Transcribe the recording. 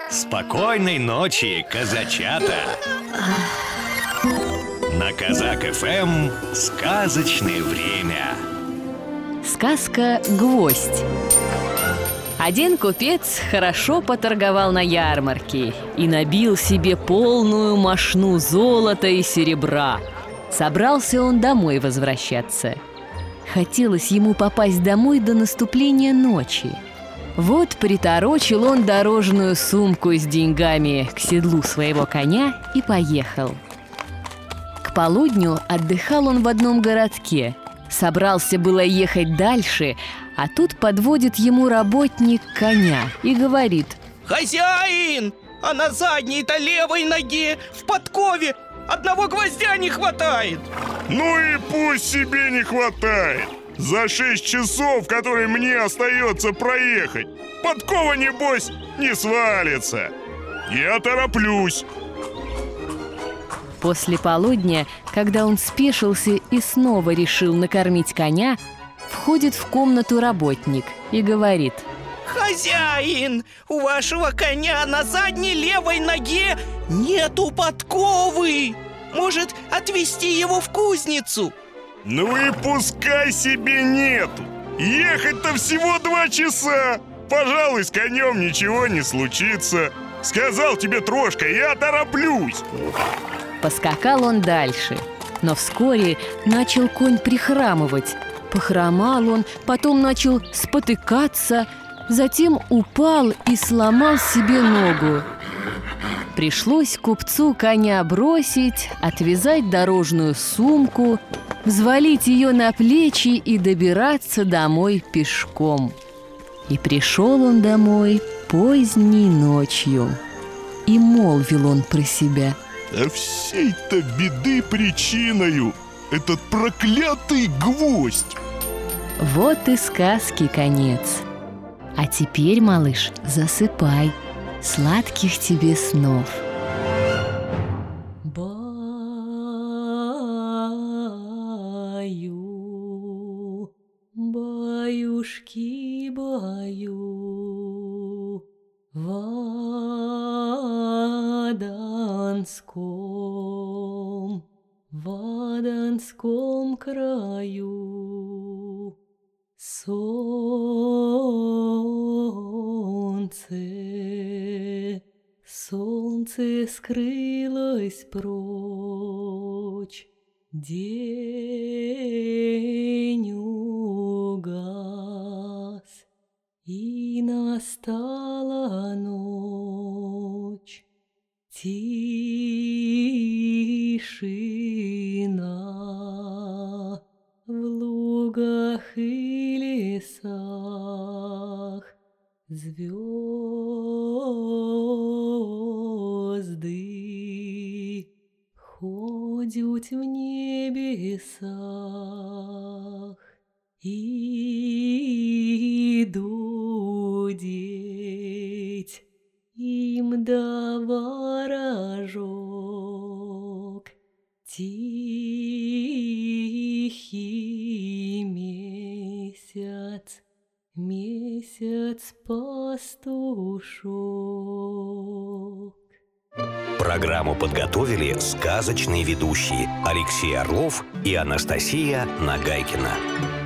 Спокойной ночи, казачата! На Казак ФМ сказочное время. Сказка «Гвоздь». Один купец хорошо поторговал на ярмарке и набил себе полную мошну золота и серебра. Собрался он домой возвращаться. Хотелось ему попасть домой до наступления ночи. Вот приторочил он дорожную сумку с деньгами к седлу своего коня и поехал. К полудню отдыхал он в одном городке. Собрался было ехать дальше, а тут подводит ему работник коня и говорит: «Хозяин, а на задней-то левой ноге в подкове одного гвоздя не хватает!» Ну и пусть себе не хватает. За 6 часов, которые мне остается проехать, подкова, небось, не свалится. Я тороплюсь. После полудня, когда он спешился и снова решил накормить коня, входит в комнату работник и говорит: «Хозяин, у вашего коня на задней левой ноге нету подковы. Может, отвезти его в кузницу?» Ну и пускай себе нету. Ехать-то всего 2 часа. Пожалуй, с конем ничего не случится. Сказал тебе Трошка, я тороплюсь. Поскакал он дальше, но вскоре начал конь прихрамывать. Похромал он, потом начал спотыкаться, затем упал и сломал себе ногу. Пришлось купцу коня бросить, отвязать дорожную сумку, взвалить ее на плечи и добираться домой пешком. И пришел он домой поздней ночью. И молвил он про себя: «А всей-то беды причиною этот проклятый гвоздь!» Вот и сказки конец. А теперь, малыш, засыпай. Сладких тебе снов. Баю, баюшки, баю, в Аданском краю солнце скрылось прочь, день угас, и настала ночь. Тишина в лугах и лесах, звезды ходят в небесах, и дудеть им да ворожок, тихий месяц пастушок. Программу подготовили сказочные ведущие Алексей Орлов и Анастасия Нагайкина.